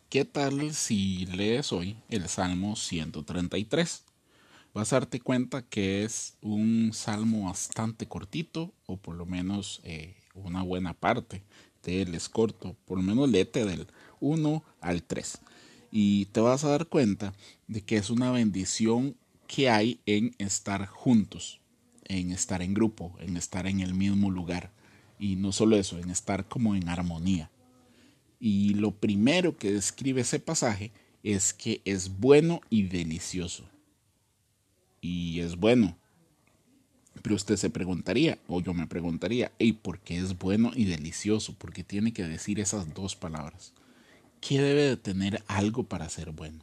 ¿Qué tal si lees hoy el Salmo 133? Vas a darte cuenta que es un salmo bastante cortito, o por lo menos una buena parte de él es corto. Por lo menos léete del 1 al 3. Y te vas a dar cuenta de que es una bendición que hay en estar juntos, en estar en grupo, en estar en el mismo lugar. Y no solo eso, en estar como en armonía. Y lo primero que describe ese pasaje es que es bueno y delicioso. Y es bueno. Pero usted se preguntaría, o yo me preguntaría, ¿y por qué es bueno y delicioso? ¿Por qué tiene que decir esas dos palabras? ¿Qué debe de tener algo para ser bueno?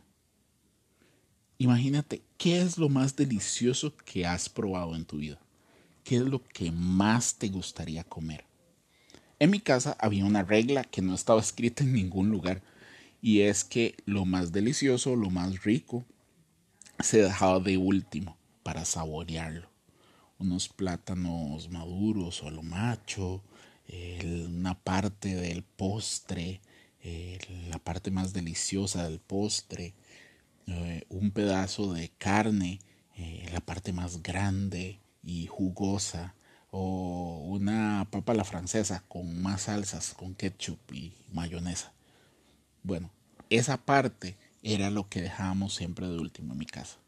Imagínate, ¿qué es lo más delicioso que has probado en tu vida? ¿Qué es lo que más te gustaría comer? En mi casa había una regla que no estaba escrita en ningún lugar, y es que lo más delicioso, lo más rico, se dejaba de último para saborearlo. Unos plátanos maduros o a lo macho, una parte del postre, la parte más deliciosa del postre, un pedazo de carne, la parte más grande y jugosa, o una papa a la francesa con más salsas, con ketchup y mayonesa. Bueno, esa parte era lo que dejábamos siempre de último en mi casa.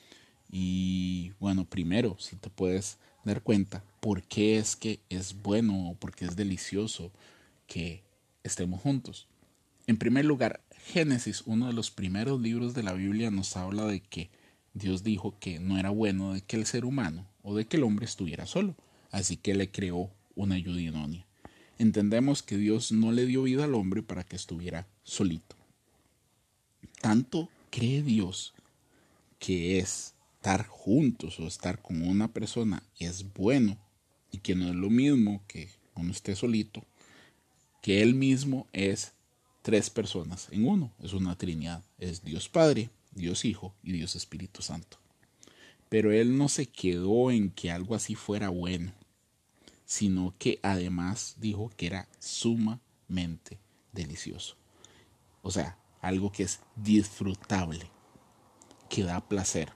Y bueno, primero, si te puedes dar cuenta por qué es que es bueno o por qué es delicioso que estemos juntos. En primer lugar, Génesis, uno de los primeros libros de la Biblia, nos habla de que Dios dijo que no era bueno de que el ser humano o de que el hombre estuviera solo, así que le creó una ayuda idónea. Entendemos que Dios no le dio vida al hombre para que estuviera solito. Tanto cree Dios que es estar juntos o estar con una persona es bueno y que no es lo mismo que uno esté solito, que él mismo es tres personas en uno, es una trinidad, es Dios Padre, Dios Hijo y Dios Espíritu Santo. Pero él no se quedó en que algo así fuera bueno, sino que además dijo que era sumamente delicioso. O sea, algo que es disfrutable, que da placer.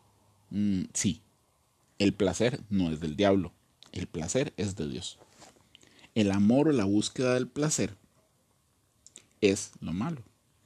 Sí, el placer no es del diablo, el placer es de Dios. El amor o la búsqueda del placer es lo malo.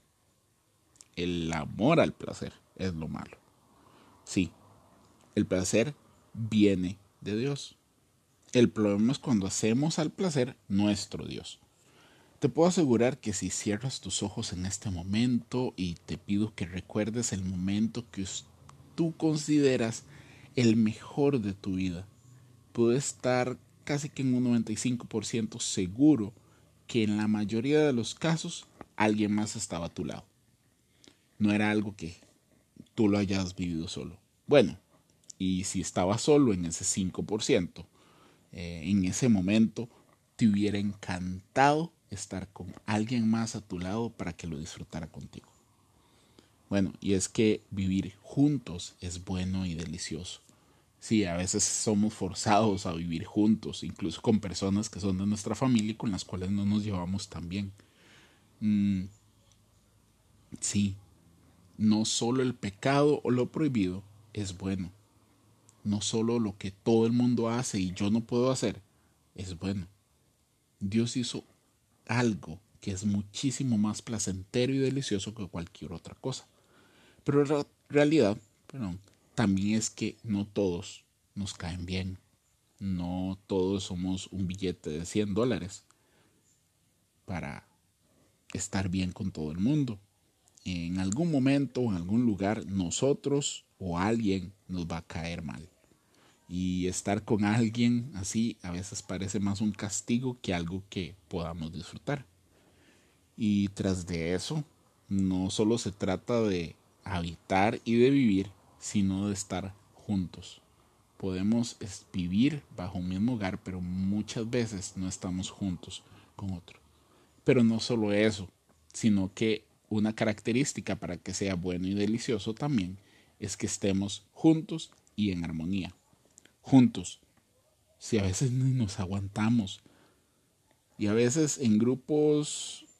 El amor al placer es lo malo. Sí, el placer viene de Dios. El problema es cuando hacemos al placer nuestro Dios. Te puedo asegurar que si cierras tus ojos en este momento y te pido que recuerdes el momento que tú consideras el mejor de tu vida, puedes estar casi que en un 95% seguro que en la mayoría de los casos alguien más estaba a tu lado. No era algo que tú lo hayas vivido solo. Bueno, y si estabas solo en ese 5%, en ese momento te hubiera encantado estar con alguien más a tu lado para que lo disfrutara contigo. Bueno, y es que vivir juntos es bueno y delicioso. Sí, a veces somos forzados a vivir juntos, incluso con personas que son de nuestra familia y con las cuales no nos llevamos tan bien. Sí, no solo el pecado o lo prohibido es bueno. No solo lo que todo el mundo hace y yo no puedo hacer es bueno. Dios hizo algo que es muchísimo más placentero y delicioso que cualquier otra cosa. Pero la realidad, perdón, también es que no todos nos caen bien. No todos somos un billete de $100 para estar bien con todo el mundo. En algún momento o en algún lugar nosotros o alguien nos va a caer mal. Y estar con alguien así a veces parece más un castigo que algo que podamos disfrutar. Y tras de eso, no solo se trata de habitar y de vivir, sino de estar juntos. Podemos vivir bajo un mismo hogar, pero muchas veces no estamos juntos con otro. Pero no solo eso, sino que una característica para que sea bueno y delicioso también es que estemos juntos y en armonía. Juntos, si a veces ni nos aguantamos y a veces en grupos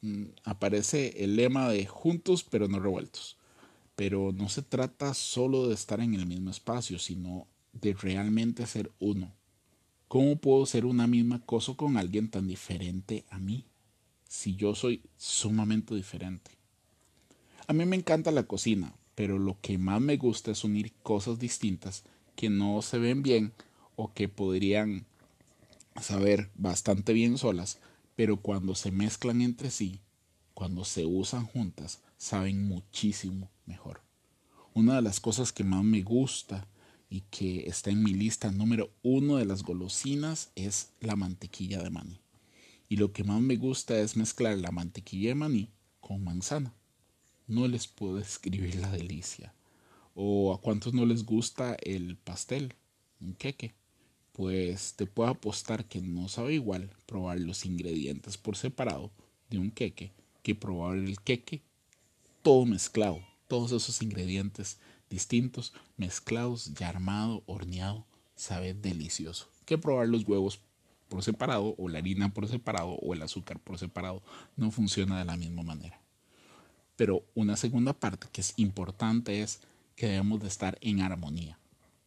aparece el lema de juntos pero no revueltos. Pero no se trata solo de estar en el mismo espacio, sino de realmente ser uno. ¿Cómo puedo ser una misma cosa con alguien tan diferente a mí, si yo soy sumamente diferente? A mí me encanta la cocina, pero lo que más me gusta es unir cosas distintas que no se ven bien o que podrían saber bastante bien solas, pero cuando se mezclan entre sí, cuando se usan juntas, saben muchísimo mejor. Una de las cosas que más me gusta y que está en mi lista número uno de las golosinas es la mantequilla de maní. Y lo que más me gusta es mezclar la mantequilla de maní con manzana. No les puedo describir la delicia. ¿O a cuántos no les gusta el pastel, un queque? Pues te puedo apostar que no sabe igual probar los ingredientes por separado de un queque que probar el queque todo mezclado. Todos esos ingredientes distintos, mezclados, ya armado, horneado, sabe delicioso. Que probar los huevos por separado, o la harina por separado, o el azúcar por separado. No funciona de la misma manera. Pero una segunda parte que es importante es que debemos de estar en armonía.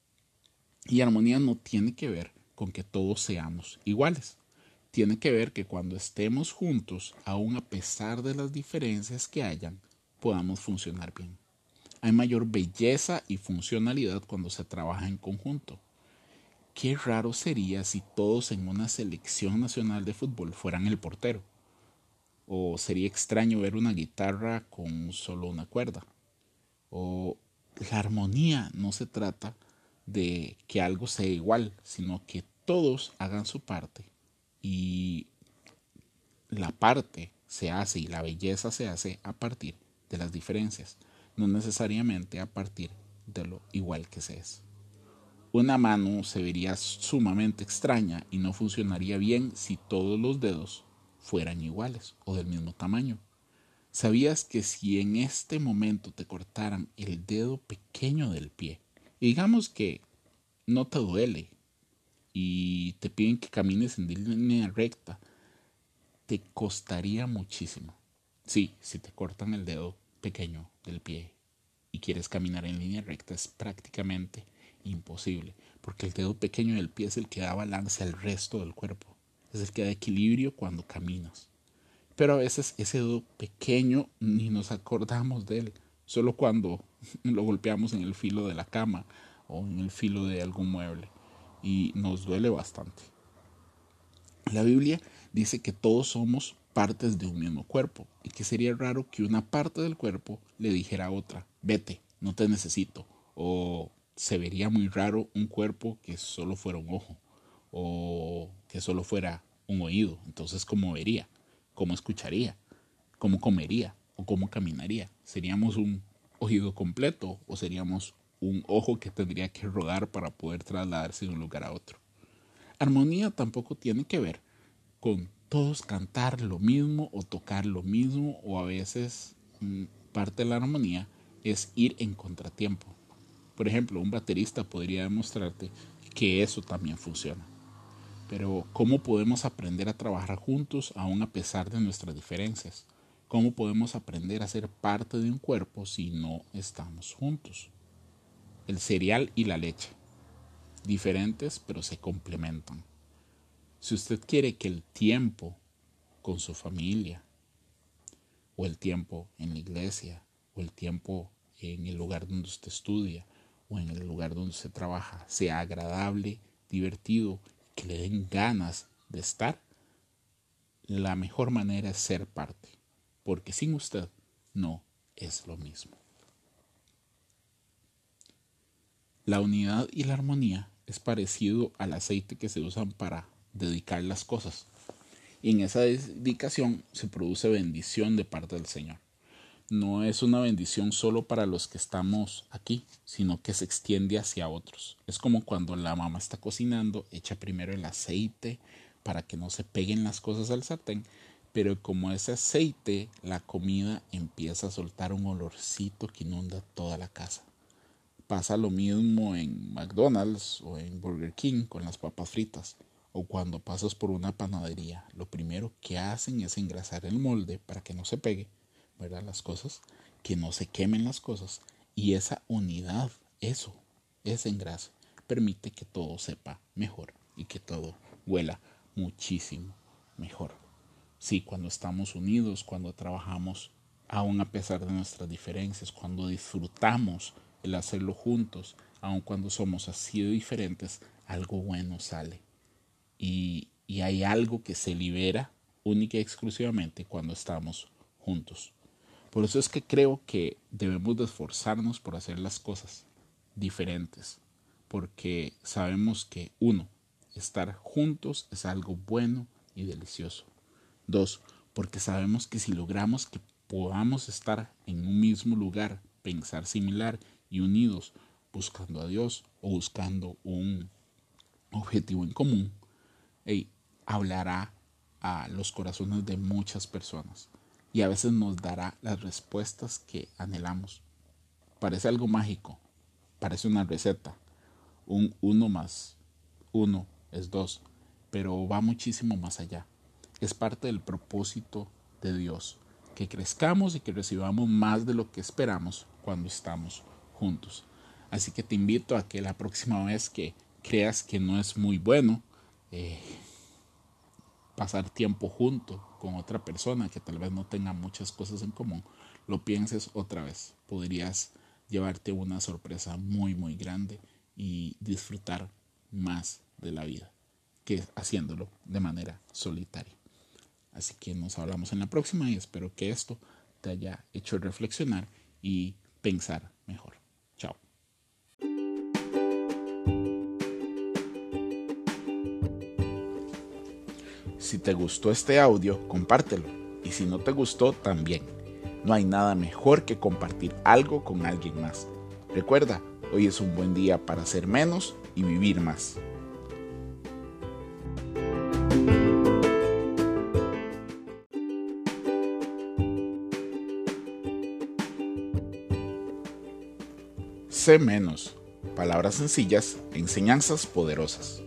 Y armonía no tiene que ver con que todos seamos iguales. Tiene que ver que cuando estemos juntos, aun a pesar de las diferencias que hayan, podamos funcionar bien. Hay mayor belleza y funcionalidad cuando se trabaja en conjunto. Qué raro sería si todos en una selección nacional de fútbol fueran el portero. O sería extraño ver una guitarra con solo una cuerda. O la armonía no se trata de que algo sea igual, sino que todos hagan su parte y la parte se hace y la belleza se hace a partir de las diferencias, no necesariamente a partir de lo igual que se es. Una mano se vería sumamente extraña y no funcionaría bien si todos los dedos fueran iguales o del mismo tamaño. ¿Sabías que si en este momento te cortaran el dedo pequeño del pie, y digamos que no te duele y te piden que camines en línea recta, te costaría muchísimo? Sí, si te cortan el dedo pequeño del pie y quieres caminar en línea recta es prácticamente imposible, porque el dedo pequeño del pie es el que da balance al resto del cuerpo, es el que da equilibrio cuando caminas. Pero a veces ese dedo pequeño ni nos acordamos de él, solo cuando lo golpeamos en el filo de la cama o en el filo de algún mueble y nos duele bastante. La Biblia dice que todos somos partes de un mismo cuerpo y que sería raro que una parte del cuerpo le dijera a otra, vete, no te necesito. O se vería muy raro un cuerpo que solo fuera un ojo o que solo fuera un oído. Entonces, ¿cómo vería? ¿Cómo escucharía? ¿Cómo comería? ¿O cómo caminaría? ¿Seríamos un oído completo o seríamos un ojo que tendría que rodar para poder trasladarse de un lugar a otro? Armonía tampoco tiene que ver con todos cantar lo mismo o tocar lo mismo, o a veces parte de la armonía es ir en contratiempo. Por ejemplo, un baterista podría demostrarte que eso también funciona. Pero ¿cómo podemos aprender a trabajar juntos aún a pesar de nuestras diferencias? ¿Cómo podemos aprender a ser parte de un cuerpo si no estamos juntos? El cereal y la leche, diferentes pero se complementan. Si usted quiere que el tiempo con su familia, o el tiempo en la iglesia, o el tiempo en el lugar donde usted estudia, o en el lugar donde usted trabaja, sea agradable, divertido, que le den ganas de estar, la mejor manera es ser parte, porque sin usted no es lo mismo. La unidad y la armonía es parecido al aceite que se usan para dedicar las cosas. Y en esa dedicación se produce bendición de parte del Señor. No es una bendición solo para los que estamos aquí, sino que se extiende hacia otros. Es como cuando la mamá está cocinando, echa primero el aceite para que no se peguen las cosas al sartén, pero como ese aceite, la comida empieza a soltar un olorcito que inunda toda la casa. Pasa lo mismo en McDonald's o en Burger King con las papas fritas. o cuando pasas por una panadería, lo primero que hacen es engrasar el molde para que no se pegue, ¿verdad? Las cosas, que no se quemen las cosas. Y esa unidad, ese engrase, permite que todo sepa mejor y que todo huela muchísimo mejor. Sí, cuando estamos unidos, cuando trabajamos, aun a pesar de nuestras diferencias, cuando disfrutamos el hacerlo juntos, aun cuando somos así de diferentes, algo bueno sale. Y hay algo que se libera única y exclusivamente cuando estamos juntos. Por eso es que creo que debemos de esforzarnos por hacer las cosas diferentes, porque sabemos que uno, estar juntos es algo bueno y delicioso. Dos, porque sabemos que si logramos que podamos estar en un mismo lugar, pensar similar y unidos, buscando a Dios o buscando un objetivo en común, hablará a los corazones de muchas personas y a veces nos dará las respuestas que anhelamos. Parece algo mágico, parece una receta, un 1 más 1 es 2, pero va muchísimo más allá. Es parte del propósito de Dios, que crezcamos y que recibamos más de lo que esperamos cuando estamos juntos. Así que te invito a que la próxima vez que creas que no es muy bueno pasar tiempo junto con otra persona que tal vez no tenga muchas cosas en común, lo pienses otra vez. Podrías llevarte una sorpresa muy muy grande y disfrutar más de la vida que haciéndolo de manera solitaria. Así que nos hablamos en la próxima y espero que esto te haya hecho reflexionar y pensar mejor. Chao. Si te gustó este audio, compártelo. Y si no te gustó, también. No hay nada mejor que compartir algo con alguien más. Recuerda, hoy es un buen día para ser menos y vivir más. Sé menos. Palabras sencillas, enseñanzas poderosas.